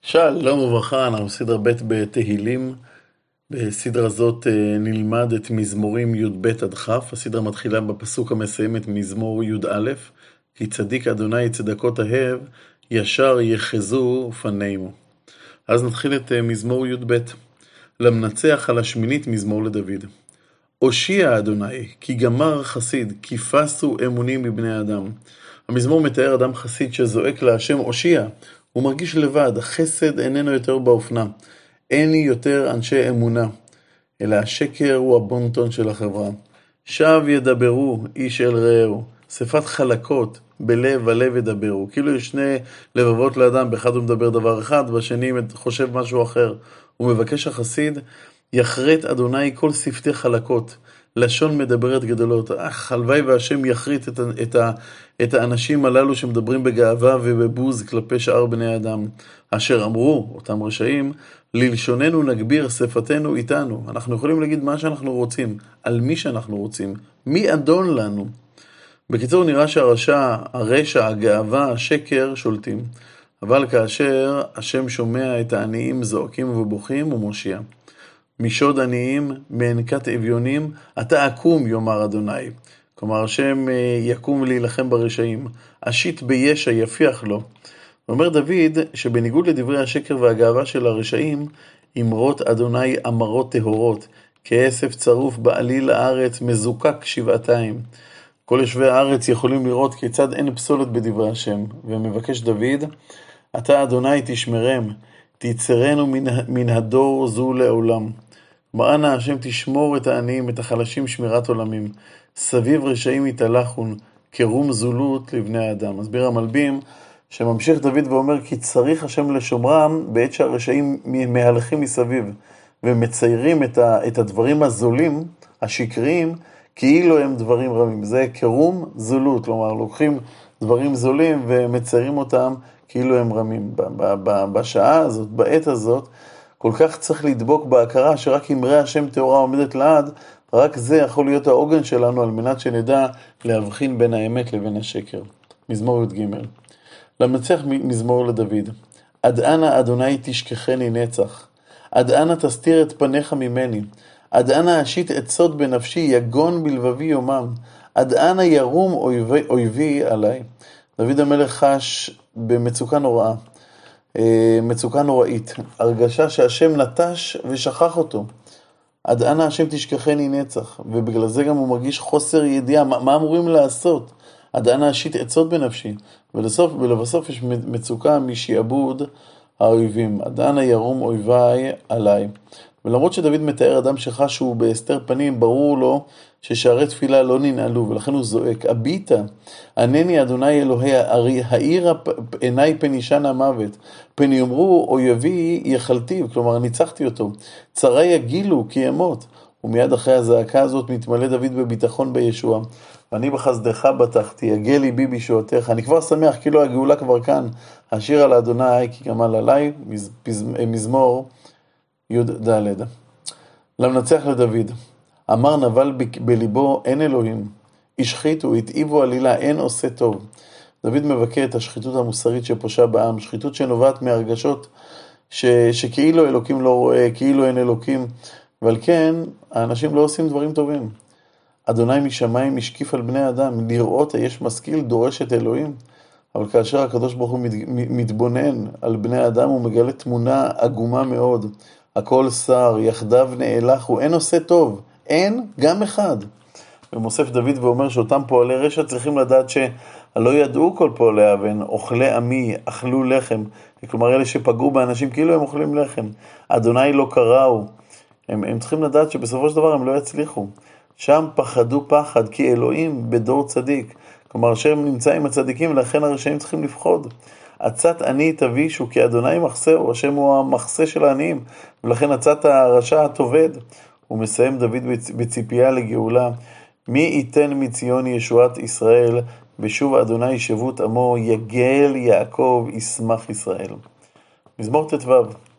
שלום וברכה, אנחנו בסדרה ב' בתהילים. בסדרה זאת נלמד את מזמורים י"ב עד כ'. הסדרה מתחילה בפסוק המסיים את מזמור י"א, כי צדיק אדוני צדקות אהב, ישר יחזו פנינו. אז נתחיל את מזמור י"ב. למנצח על השמינית מזמור לדוד. הושיע אדוני, כי גמר חסיד, כי פסו אמונים מבני אדם. המזמור מתאר אדם חסיד שזועק להשם הושיע. הוא מרגיש לבד, החסד איננו יותר באופנה. אין יותר אנשי אמונה, אלא השקר הוא הבונטון של החברה. שב ידברו איש אל רעהו, שפת חלקות, בלב ולב ידברו. כאילו יש שני לבבות לאדם, באחד הוא מדבר דבר אחד, בשני חושב משהו אחר. הוא מבקש החסיד, יחרט אדוני כל שפתי חלקות, לשון מדברת גדולות. הלוואי והשם יחריט את האנשים הללו שמדברים בגאווה ובבוז כלפי שאר בני אדם. אשר אמרו, אותם רשעים, ללשוננו נגביר, שפתנו איתנו. אנחנו יכולים להגיד מה שאנחנו רוצים, על מי שאנחנו רוצים, מי אדון לנו. בקיצור נראה הרשע, הגאווה, השקר שולטים. אבל כאשר השם שומע את העניים זועקים ובוכים הוא מושיע. משוד עניים, מענקת אביונים, אתה אקום יאמר אדוני. כלומר השם יקום להילחם ברשעים. אשית בישע יפיח לו. אומר דוד שבניגוד לדברי השקר והגאווה של הרשעים, אמרות אדוני אמרות טהורות, כעשב צרוף בעליל הארץ מזוקק שבעתיים. כל יושבי הארץ יכולים לראות כיצד אין פסולת בדברי השם, ומבקש דוד, אתה אדוני תשמרם, תיצרנו מן הדור זו לעולם. אנא השם תשמור את העניים, את החלשים שמירת עולמים, סביב רשעים יתהלכון, כרום זולות לבני האדם. מסביר המלבים, שממשיך דוד ואומר, כי צריך השם לשומרם בעת שהרשעים מהלכים מסביב, ומציירים את הדברים הזולים, השקריים, כאילו הם דברים רמים. זה כרום זולות, כלומר, לוקחים דברים זולים ומציירים אותם כאילו הם רמים. בשעה הזאת, בעת הזאת, כל כך צריך לדבוק בהכרה שרק אמרי השם תאורה עומדת לעד, רק זה יכול להיות העוגן שלנו על מנת שנדע להבחין בין האמת לבין השקר. מזמור י"ג. למנצח מזמור לדוד. עד אנה אדוני תשכחני נצח, עד אנה תסתיר את פניך ממני, עד אנה אשית עצות בנפשי, יגון בלבבי יומם, עד אנה ירום אויבי עליי. דוד המלך חש במצוקה נוראה, מצוקה נוראית, הרגשה שהשם נטש ושכח אותו. עד אנה השם תשכחני נצח, ובגלל זה גם הוא מרגיש חוסר ידיעה, מה אמורים לעשות? עד אנה אשית עצות בנפשי, ולבסוף יש מצוקה משעבוד האויבים. עד אנה ירום אויביי עליי. ולמרות שדוד מתאר אדם שחש שהוא בהסתר פנים, ברור לו ששערי תפילה לא ננעלו, ולכן הוא זועק, הביטה, ענני אדוני אלוהי, האירה עיניי פן ישן המוות, פן יאמרו אויבי יחלתיו, כלומר ניצחתי אותו, צרה יגילו כי אמות. ומיד אחרי הזעקה הזאת מתמלא דוד בביטחון בישוע. ואני בחסדך בטחתי, יגל ליבי בישועתך. אני כבר שמח, כאילו הגאולה כבר כאן. השיר על אדוני, כי גמל עליי, מזמור י"ד. למנצח לדוד. אמר נבל בליבו, אין אלוהים. השחיתו, התאיבו עלילה, אין עושה טוב. דוד מבכה את השחיתות המוסרית שפושה בעם, שחיתות שנובעת מהרגשות שכאילו אלוקים לא רואה, כאילו אין אלוקים, ועל כן האנשים לא עושים דברים טובים. אדוני משמיים משקיף על בני אדם, לראות היש משכיל דורש את אלוהים, אבל כאשר הקדוש ברוך הוא מתבונן על בני אדם, הוא מגלה תמונה עגומה מאוד. הכל שר, יחדיו נאלחו, אין עושה טוב, אין גם אחד. ומוסף דוד ואומר שאותם פועלי רשע צריכים לדעת שלא ידעו כל פועלי אבן, אוכלי עמי, אכלו לחם, כלומר אלה שפגעו באנשים כאילו הם אוכלים לחם. אדוני לא קראו, הם צריכים לדעת שבסופו של דבר הם לא יצליחו. שם פחדו פחד, כי אלוהים בדור צדיק. כלומר שהם נמצאים הצדיקים, ולכן הרשעים צריכים לפחוד. עצת עני תבישו, כי אדוני מחסהו, השם הוא המחסה של העניים, ולכן עצת הרשע תאבד. הוא מסיים דוד בציפייה לגאולה. מי ייתן מציון ישועת ישראל, בשוב אדוני שבות עמו, יגל יעקב ישמח ישראל. מזמור ט"ו.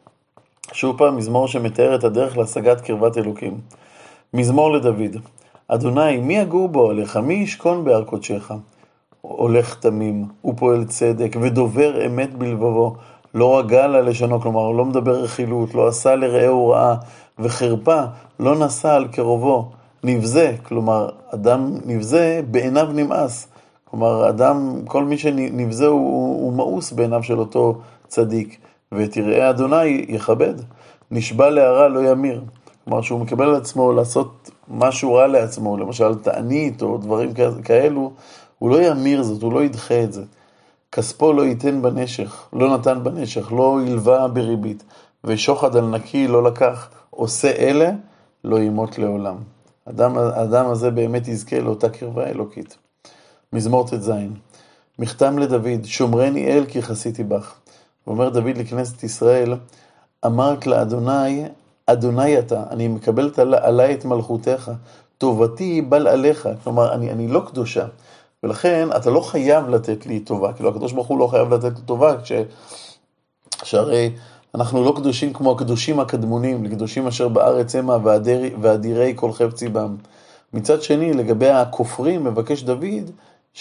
שוב פעם מזמור שמתאר את הדרך להשגת קרבת אלוקים. מזמור לדוד. אדוני, מי יגור בו עליך? מי ישכון בהר קודשך? הולך תמים, ופועל צדק, ודובר אמת בלבבו, לא רגל על לשונו, כלומר לא מדבר רכילות, לא עשה לרעהו רעה, וחרפה לא נשא על קרובו, נבזה, כלומר אדם נבזה בעיניו נמאס, כלומר אדם, כל מי שנבזה הוא מאוס בעיניו של אותו צדיק, ותראה אדוני יכבד, נשבע להרע לא ימיר, כלומר שהוא מקבל על עצמו לעשות משהו רע לעצמו, למשל תענית או דברים כאלו, הוא לא ימיר זאת, הוא לא ידחה את זה. כספו לא ייתן בנשך, לא נתן בנשך, לא ילווה בריבית, ושוחד על נקי לא לקח, עושה אלה, לא ימות לעולם. האדם הזה באמת יזכה לאותה קרבה אלוקית. מזמור ט"ז. מכתם לדוד, שומרני אל כי חסיתי בך. ואומר דוד לכנסת ישראל, אמרת לאדוני, אדוני אתה, אני מקבלת עליי את מלכותך, טובתי בל עליך, כלומר אני לא קדושה, ולכן אתה לא חייב לתת לי טובה, כאילו הקדוש ברוך הוא לא חייב לתת לי טובה, שהרי אנחנו לא קדושים כמו הקדושים הקדמונים, לקדושים אשר בארץ המה ואדירי כל חפצי בם. מצד שני, לגבי הכופרים, מבקש דוד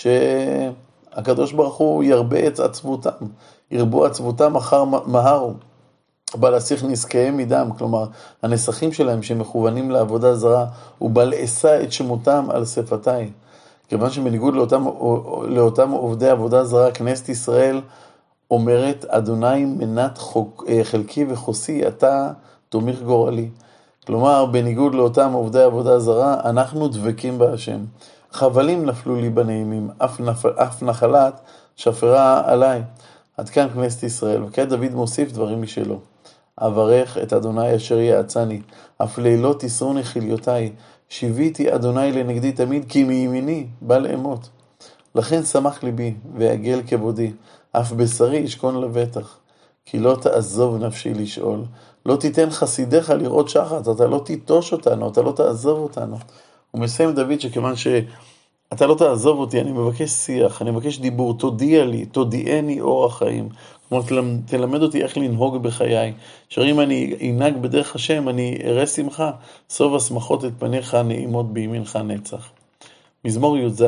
שהקדוש ברוך הוא ירבה את עצבותם, ירבו עצבותם אחר מהרו. בא להסיך נזקיהם מדם, כלומר הנסחים שלהם שמכוונים לעבודה זרה, הוא בא לאשא את שמותם על שפתיי. כיוון שבניגוד לאותם עובדי עבודה זרה, כנסת ישראל אומרת, אדוני מנת חלקי וחוסי, אתה תומך גורלי. כלומר, בניגוד לאותם עובדי עבודה זרה, אנחנו דבקים בהשם. חבלים נפלו לי בנעימים, אף נחלת שפרה עליי. עד כאן כנסת ישראל, וכעת דוד מוסיף דברים משלו. אברך את אדוני אשר יעצני, אף לילות תסרוני חיליותיי, שיביתי אדוני לנגדי תמיד, כי מימיני בא לאמות. לכן שמח ליבי, ועגל כבודי, אף בשרי ישכון לבטח, כי לא תעזוב נפשי לשאול, לא תיתן חסידיך לראות שחת, אתה לא תיטוש אותנו, אתה לא תעזוב אותנו. הוא מסיים דוד שכיוון אתה לא תעזוב אותי, אני מבקש שיח, אני מבקש דיבור, תודיע לי, תודיעני אור החיים. כלומר, תלמד אותי איך לנהוג בחיי. שאם אני אנהג בדרך השם, אני אראה שמחה, סוב השמחות את פניך נעימות בימינך נצח. מזמור י"ז,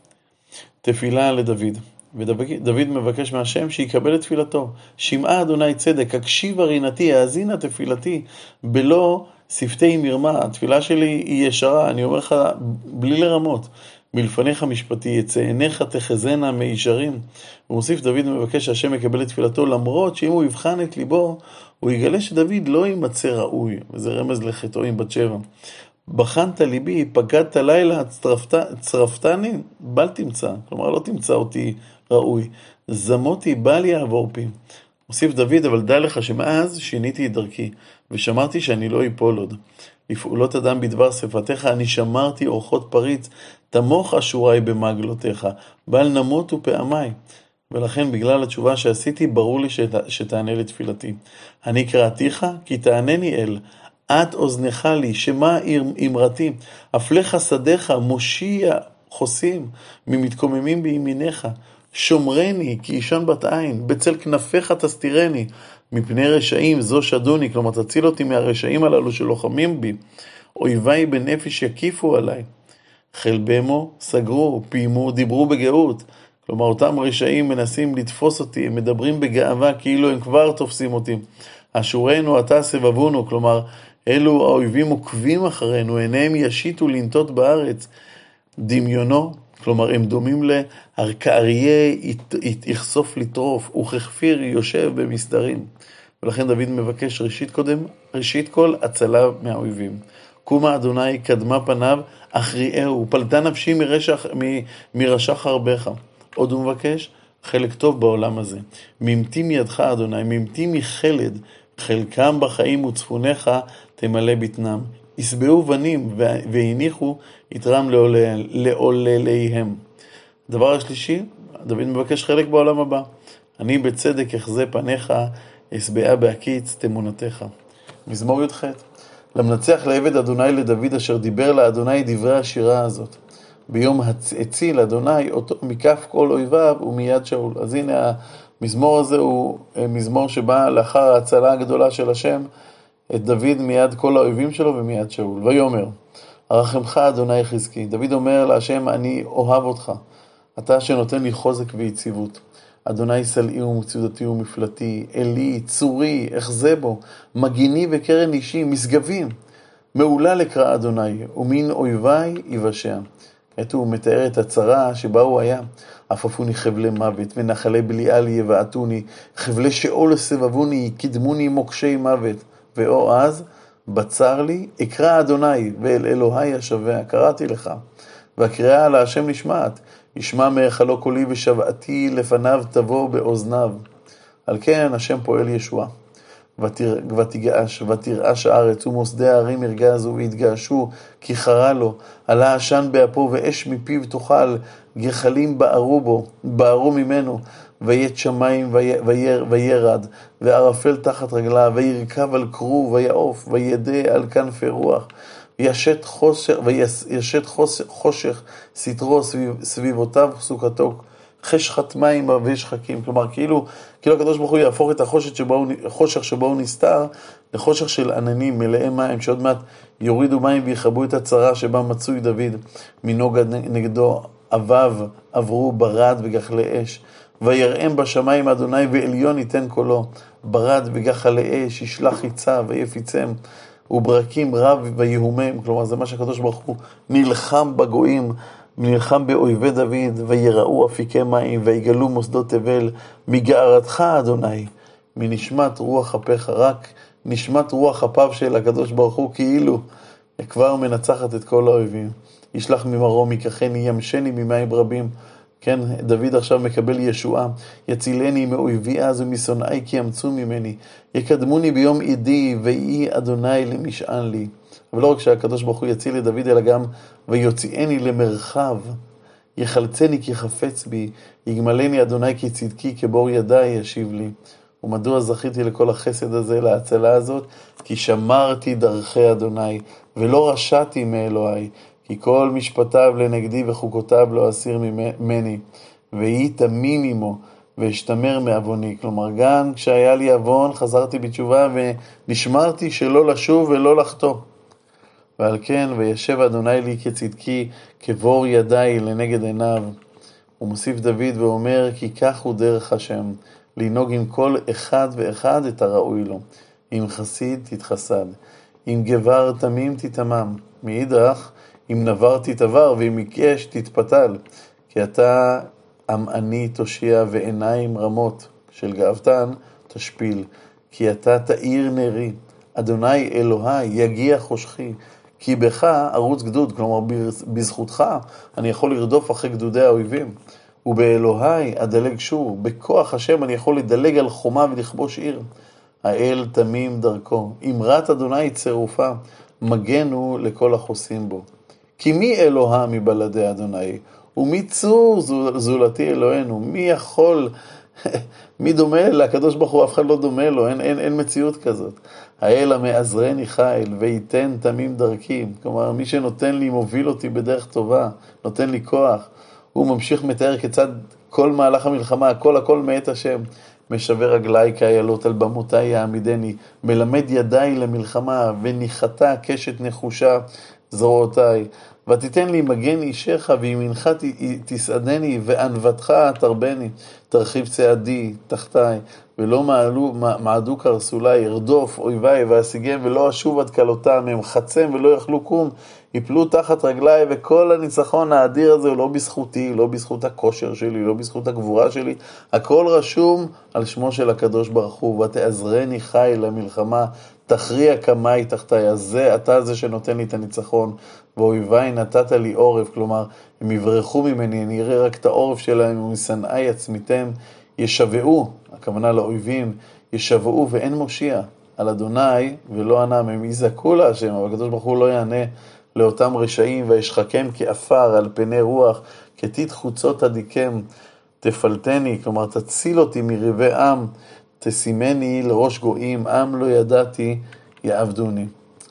תפילה לדוד. ודוד מבקש מהשם שיקבל את תפילתו. שמעה אדוני צדק, הקשיב רינתי, האזינה תפילתי, בלא שפתי מרמה. התפילה שלי היא ישרה, אני אומר לך בלי לרמות. מלפניך משפטי, יצא עיניך תחזנה מישרים. ומוסיף דוד מבקש שהשם יקבל את תפילתו, למרות שאם הוא יבחן את ליבו, הוא יגלה שדוד לא יימצא ראוי, וזה רמז לחטאו עם בת שבע. בחנת ליבי, פקדת לילה, צרפתני, בל תמצא, כלומר לא תמצא אותי ראוי. זמותי בל יעבור פי. מוסיף דוד, אבל דע לך שמאז שיניתי את דרכי, ושמרתי שאני לא איפול עוד. לפעולות אדם בדבר שפתיך, אני שמרתי אורחות פריץ, תמוך אשורי במגלותיך, בל נמותו פעמי. ולכן בגלל התשובה שעשיתי, ברור לי שתענה לתפילתי. אני קראתיך, כי תענני אל, את אוזנך לי, שמה אמרתי, אפלך שדיך, מושיע חוסים, ממתקוממים בימיניך, שומרני, כי אישן בת עין, בצל כנפיך תסתירני, מפני רשעים, זו שדוני, כלומר תציל אותי מהרשעים הללו שלוחמים בי, אויביי בנפש יקיפו עליי, חיל במו, סגרו, פיימו, דיברו בגאות, כלומר אותם רשעים מנסים לתפוס אותי, הם מדברים בגאווה כאילו הם כבר תופסים אותי, אשורנו אתה סבבונו, כלומר אלו האויבים עוקבים אחרינו, עיניהם ישיתו לנטות בארץ, דמיונו, כלומר הם דומים כאריה יחשוף לטרוף, וככפיר יושב במסדרים. ולכן דוד מבקש ראשית כל הצלה מהאויבים. קומה אדוני קדמה פניו, אחריהו, פלטה נפשי מרשע חרבך. עוד הוא מבקש חלק טוב בעולם הזה. ממתי מידך אדוני, ממתי מחלד, חלקם בחיים וצפונך תמלא בטנם. יסבעו בנים והניחו יתרם לעולליהם. הדבר השלישי, דוד מבקש חלק בעולם הבא. אני בצדק אחזה פניך, אשבעה בהקיץ תמונתך. מזמור י"ח. למנצח לעבד אדוני לדוד אשר דיבר לאדוני דברי השירה הזאת. ביום הציל אדוני אותו מכף כל אויביו ומיד שאול. אז הנה המזמור הזה הוא מזמור שבא לאחר ההצלה הגדולה של השם, את דוד מיד כל האויבים שלו ומיד שאול. ויאמר, הרחמך אדוני חזקי. דוד אומר להשם, אני אוהב אותך. אתה שנותן לי חוזק ויציבות. אדוני סלעי ומצודתי ומפלטי, אלי, צורי, אחזה בו, מגיני וקרן אישי, משגבים. מעולה לקרא אדוני, ומן אויבי יבשע. כעת הוא מתאר את הצרה שבה הוא היה. עפפוני חבלי מוות, ונחלי בליעל יבעטוני, חבלי שאול סבבוני, קדמוני מוקשי מוות. ואו אז, בצר לי, אקרא אדוני, ואל אלוהי השבע, קראתי לך. והקריאה על השם נשמעת, ישמע מהיכלו קולי ושבעתי לפניו תבוא באוזניו. על כן השם פועל ישועה. ותרעש הארץ ומוסדי הערים ירגזו ויתגעשו כי חרה לו, עלה עשן באפו ואש מפיו תאכל, גחלים בערו ממנו, ויית שמיים וירד, וערפל תחת רגליו, וירכב על כרוב ויעוף, וידע על כנפי רוח, וישת חושך סתרו סביבותיו סוכתו, חשכת מים ושחקים. כלומר, כאילו הקדוש ברוך הוא יהפוך את החושך שבו הוא נסתר לחושך של עננים מלאי מים, שעוד מעט יורידו מים ויחבו את הצרה שבה מצוי דוד. מנוגה נגדו אביו עברו ברד וגחלי אש, ויראם בשמיים אדוני ועליון ייתן קולו, ברד וגחלי אש ישלח חיצה ויפיצם, וברקים רב ויהומם. כלומר, זה מה שהקדוש ברוך הוא נלחם בגויים, נלחם באויבי דוד, ויראו אפיקי מים, ויגלו מוסדות תבל, מגערתך אדוני, מנשמת רוח אפיך. רק נשמת רוח אפיו של הקדוש ברוך הוא כאילו כבר מנצחת את כל האויבים. ישלח ממרום ייקחני, ימשני ממים רבים. כן, דוד עכשיו מקבל ישועה. יצילני מאויבי אז ומשונאי כי ימצאו ממני. יקדמוני ביום עידי, ויהי אדוני למשען לי. אבל לא רק שהקדוש ברוך הוא יציל את דוד, אלא גם ויוציאני למרחב. יחלצני כי חפץ בי, יגמלני אדוני כי צדקי, כבור ידי ישיב לי. ומדוע זכיתי לכל החסד הזה, להצלה הזאת? כי שמרתי דרכי אדוני, ולא רשעתי מאלוהי, כי כל משפטיו לנגדי וחוקותיו לא אסיר ממני, ויהי תמים עמו, ואשתמר מעווני. כלומר, גם כשהיה לי עוון, חזרתי בתשובה, ונשמרתי שלא לשוב ולא לחטוא. ועל כן, וישב אדוני לי כצדקי, כבור ידי לנגד עיניו. הוא מוסיף דוד ואומר, כי כך הוא דרך השם, לנהוג עם כל אחד ואחד את הראוי לו. אם חסיד תתחסד, אם גבר תמים תתמם, מאידך, אם נבר תתעבר, ואם עיקש תתפתל, כי אתה עמעני תושיע ועיניים רמות של גאוותן תשפיל, כי אתה תאיר נרי, אדוני אלוהי יגיע חושכי, כי בך ערוץ גדוד. כלומר, בזכותך אני יכול לרדוף אחרי גדודי האויבים, ובאלוהי אדלג שור, בכוח השם אני יכול לדלג על חומה ולכבוש עיר. האל תמים דרכו, אמרת אדוני צירופה, מגנו לכל החוסים בו. כי מי אלוה מבלעדי אדוני, ומי צור זולתי אלוהינו? מי יכול, מי דומה לקדוש ברוך הוא? אף אחד לא דומה לו, אין מציאות כזאת. האל המעזרני חיל, וייתן תמים דרכי. כלומר, מי שנותן לי, מוביל אותי בדרך טובה, נותן לי כוח. הוא ממשיך מתאר כיצד כל מהלך המלחמה, הכל מאת השם. משבר רגלי כאיילות על במותי יעמידני, מלמד ידיי למלחמה, וניחתה קשת נחושה זרועותיי. ותיתן לי מגן אישך, וימינך תסעדני, וענוותך תרבני. תרחיב צעדי תחתיי, ולא מעדו קרסולי. ארדוף אויביי ואשיגם, ולא אשוב עד כלותם. הם חצם ולא יאכלו קום, יפלו תחת רגליי. וכל הניצחון האדיר הזה הוא לא בזכותי, לא בזכות הכושר שלי, לא בזכות הגבורה שלי. הכל רשום על שמו של הקדוש ברוך הוא. ותעזרני חיל למלחמה, תכריע קמי תחתיי. אז אתה זה שנותן לי את הניצחון. ואויביי נתת לי עורף. כלומר, הם יברחו ממני, אני אראה רק את העורף שלהם, ומשנאי עצמיתם ישבעו, הכוונה לאויבים, ישבעו ואין מושיע על אדוני ולא ענם. הם יזעקו להשם, אבל הקדוש ברוך הוא לא יענה לאותם רשעים. וישחקם כאפר על פני רוח, כתית חוצות תדיקם תפלטני. כלומר, תציל אותי מריבי עם, תשימני לראש גויים, עם לא ידעתי יעבדוני.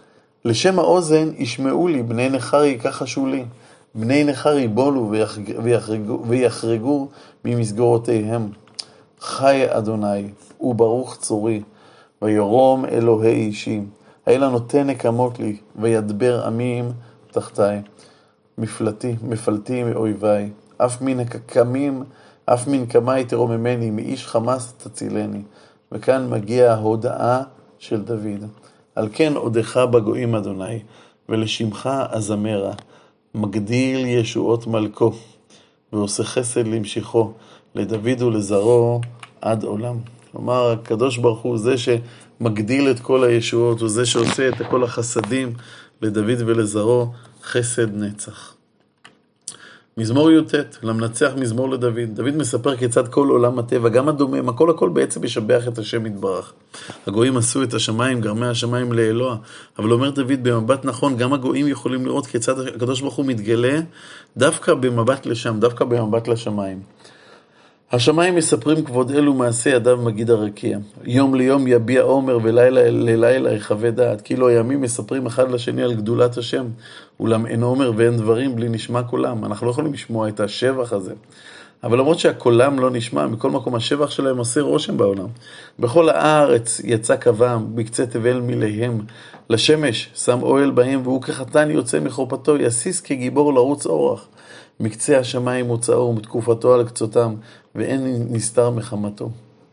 לשם האוזן ישמעו לי, בני נכר יכחשו לי, בני נכר יבולו ויחרגו ממסגורותיהם. חי אדוני, וברוך צורי, וירום אלוהי אישי. האל הנותן נקמות לי, וידבר עמים תחתיי. מפלטי מאויביי, אף מן הקמים אף מנקמה תרוממני, מאיש חמאס תצילני. וכאן מגיעה ההודעה של דוד. על כן עודך בגויים אדוני, ולשמך אזמרה, מגדיל ישועות מלכו, ועושה חסד למשיכו, לדוד ולזרעו עד עולם. כלומר, הקדוש ברוך הוא זה שמגדיל את כל הישועות, הוא זה שעושה את כל החסדים לדוד ולזרעו, חסד נצח. מזמור י"ט, למנצח מזמור לדוד. דוד מספר כיצד כל עולם הטבע, גם הדומם, הכל בעצם משבח את השם יתברך. הגויים עשו את השמיים, גרמי השמיים לאלוה. אבל אומר דוד במבט נכון, גם הגויים יכולים לראות כיצד הקדוש ברוך הוא מתגלה דווקא במבט לשם, דווקא במבט לשמיים. השמיים מספרים כבוד אלו מעשה ידיו מגיד הרקיע. יום ליום יביע עומר ולילה ללילה יחווה דעת. כאילו הימים מספרים אחד לשני על גדולת השם. אולם אין עומר ואין דברים בלי נשמע קולם. אנחנו לא יכולים לשמוע את השבח הזה. אבל למרות שהקולם לא נשמע, מכל מקום השבח שלהם עושה רושם בעולם. בכל הארץ יצא קבם, בקצה תבל מיליהם. לשמש שם אוהל בהם, והוא כחתן יוצא מחופתו, יסיס כגיבור לרוץ אורח. מקצה השמיים מוצאו ומתקופתו על קצותם, ואין נסתר מחמתו.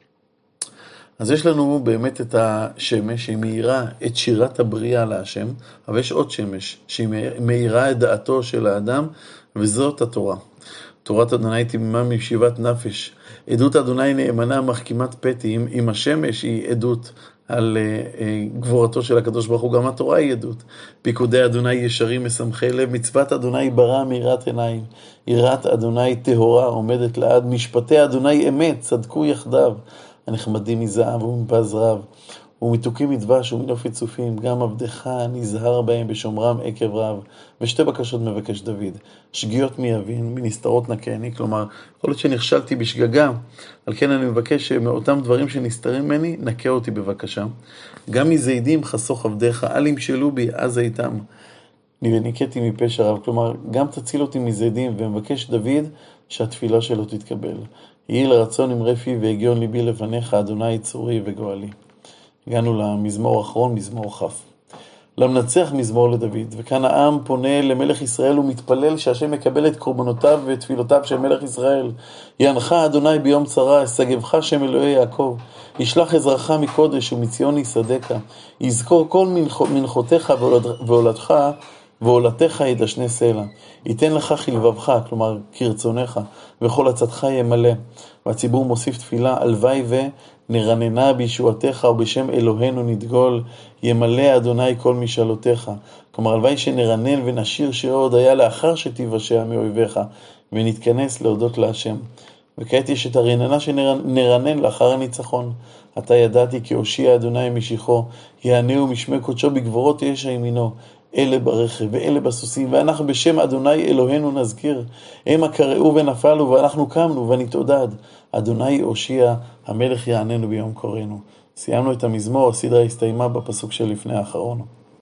אז יש לנו באמת את השמש שהיא מאירה את שירת הבריאה להשם, אבל יש עוד שמש שהיא מאירה את דעתו של האדם, וזאת התורה. תורת אדוני תמימה מישיבת נפש. עדות אדוני נאמנה מחכימת פתי. אם השמש היא עדות על גבורתו של הקדוש ברוך הוא, גם התורה היא עדות. פיקודי אדוני ישרים משמחי לב, מצוות אדוני ברא מיראת עיניים. יראת אדוני טהורה עומדת לעד, משפטי אדוני אמת צדקו יחדיו. הנחמדים מזהב ומפז רב, ומתוקים מדבש ומנופי צופים, גם עבדך נזהר בהם בשומרם עקב רב. ושתי בקשות מבקש דוד, שגיאות מי יבין, מנסתרות נקני, כלומר, יכול להיות שנכשלתי בשגגה, על כן אני מבקש שמאותם דברים שנסתרים ממני, נקה אותי בבקשה. גם מזידים חסוך עבדך, אל ימשלו בי, אז איתם. וניקתי מפשע רב, כלומר, גם תציל אותי מזידים, ומבקש דוד שהתפילה שלו תתקבל. יהי לרצון אמרי פי והגיון ליבי לפניך, אדוני צורי וגואלי. הגענו למזמור האחרון, מזמור כ'. למנצח מזמור לדוד, וכאן העם פונה למלך ישראל ומתפלל שהשם יקבל את קורבנותיו ותפילותיו של מלך ישראל. יענך אדוני ביום צרה, ישגבך שם אלוהי יעקב, ישלח עזרך מקודש ומציון יסדקה, יזכור כל מנחותיך והולדך והולדתך ידשני סלע, ייתן לך חלבבך, כלומר כרצונך, וכל עצתך ימלא. והציבור מוסיף תפילה, הלוואי ונרננה בישועתך ובשם אלוהינו נדגול, ימלא אדוני כל משאלותיך. כלומר, הלוואי שנרנן ונשיר שירי הודיה לאחר שתיוושע מאויביך, ונתכנס להודות להשם. וכעת יש את הרננה שנרנן לאחר הניצחון. אתה ידעתי כי הושיע אדוני משיחו, יענהו משמי קודשו בגבורות ישע ימינו. אלה ברכב ואלה בסוסים, ואנחנו בשם אדוני אלוהינו נזכיר. המה קראו ונפלו ואנחנו קמנו ונתעודד. אדוני הושיע, המלך יעננו ביום קוראנו. סיימנו את המזמור, הסדרה הסתיימה בפסוק של לפני האחרון.